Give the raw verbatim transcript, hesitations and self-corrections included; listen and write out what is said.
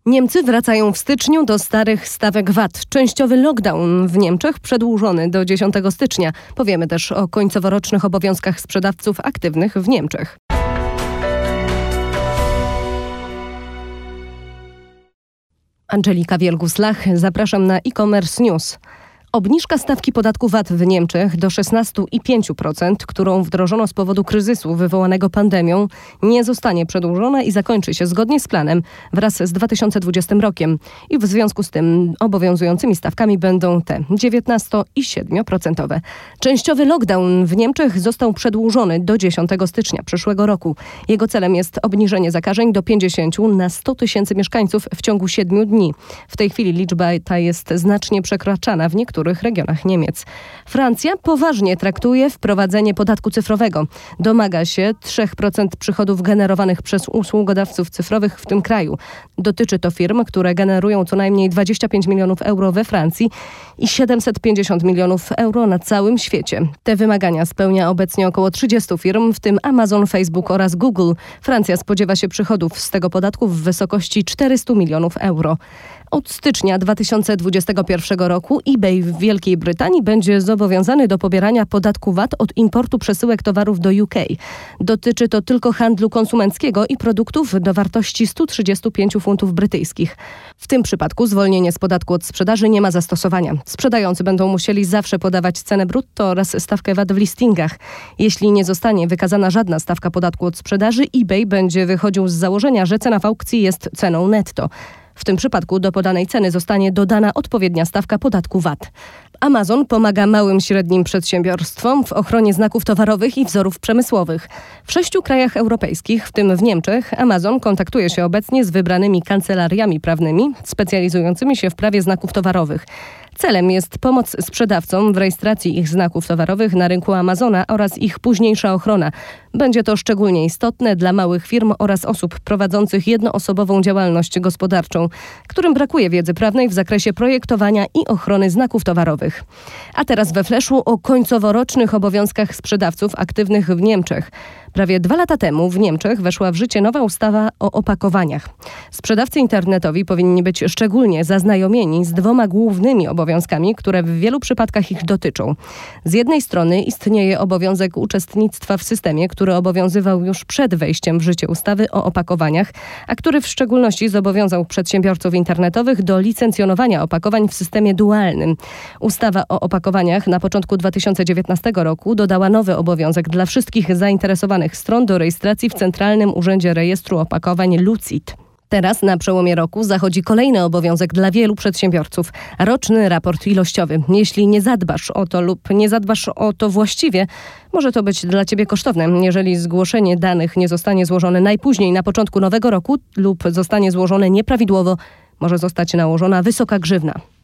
Niemcy wracają w styczniu do starych stawek V A T. Częściowy lockdown w Niemczech przedłużony do dziesiątego stycznia. Powiemy też o końcoworocznych obowiązkach sprzedawców aktywnych w Niemczech. Angelika Wielgus-Lach, zapraszam na e-commerce news. Obniżka stawki podatku V A T w Niemczech do szesnaście i pięć procent, którą wdrożono z powodu kryzysu wywołanego pandemią, nie zostanie przedłużona i zakończy się zgodnie z planem wraz z dwa tysiące dwudziestym rokiem. I w związku z tym obowiązującymi stawkami będą te dziewiętnaście i siedem procent. Częściowy lockdown w Niemczech został przedłużony do dziesiątego stycznia przyszłego roku. Jego celem jest obniżenie zakażeń do pięćdziesięciu na sto tysięcy mieszkańców w ciągu siedmiu dni. W tej chwili liczba ta jest znacznie przekraczana w niektórych regionach Niemiec. Francja poważnie traktuje wprowadzenie podatku cyfrowego. Domaga się trzy procent przychodów generowanych przez usługodawców cyfrowych w tym kraju. Dotyczy to firm, które generują co najmniej dwadzieścia pięć milionów euro we Francji i siedemset pięćdziesiąt milionów euro na całym świecie. Te wymagania spełnia obecnie około trzydziestu firm, w tym Amazon, Facebook oraz Google. Francja spodziewa się przychodów z tego podatku w wysokości czterystu milionów euro. Od stycznia dwa tysiące dwudziestego pierwszego roku eBay w Wielkiej Brytanii będzie zobowiązany do pobierania podatku V A T od importu przesyłek towarów do U K. Dotyczy to tylko handlu konsumenckiego i produktów do wartości stu trzydziestu pięciu funtów brytyjskich. W tym przypadku zwolnienie z podatku od sprzedaży nie ma zastosowania. Sprzedający będą musieli zawsze podawać cenę brutto oraz stawkę V A T w listingach. Jeśli nie zostanie wykazana żadna stawka podatku od sprzedaży, eBay będzie wychodził z założenia, że cena w aukcji jest ceną netto. W tym przypadku do podanej ceny zostanie dodana odpowiednia stawka podatku V A T. Amazon pomaga małym i średnim przedsiębiorstwom w ochronie znaków towarowych i wzorów przemysłowych. W sześciu krajach europejskich, w tym w Niemczech, Amazon kontaktuje się obecnie z wybranymi kancelariami prawnymi specjalizującymi się w prawie znaków towarowych. Celem jest pomoc sprzedawcom w rejestracji ich znaków towarowych na rynku Amazona oraz ich późniejsza ochrona. Będzie to szczególnie istotne dla małych firm oraz osób prowadzących jednoosobową działalność gospodarczą, którym brakuje wiedzy prawnej w zakresie projektowania i ochrony znaków towarowych. A teraz we fleszu o końcoworocznych obowiązkach sprzedawców aktywnych w Niemczech. Prawie dwa lata temu w Niemczech weszła w życie nowa ustawa o opakowaniach. Sprzedawcy internetowi powinni być szczególnie zaznajomieni z dwoma głównymi obowiązkami, które w wielu przypadkach ich dotyczą. Z jednej strony istnieje obowiązek uczestnictwa w systemie, który obowiązywał już przed wejściem w życie ustawy o opakowaniach, a który w szczególności zobowiązał przedsiębiorców internetowych do licencjonowania opakowań w systemie dualnym. Ustawa o opakowaniach na początku dwa tysiące dziewiętnastego roku dodała nowy obowiązek dla wszystkich zainteresowanych stron do rejestracji w Centralnym Urzędzie Rejestru Opakowań Lucid. Teraz na przełomie roku zachodzi kolejny obowiązek dla wielu przedsiębiorców. Roczny raport ilościowy. Jeśli nie zadbasz o to lub nie zadbasz o to właściwie, może to być dla Ciebie kosztowne. Jeżeli zgłoszenie danych nie zostanie złożone najpóźniej na początku nowego roku lub zostanie złożone nieprawidłowo, może zostać nałożona wysoka grzywna.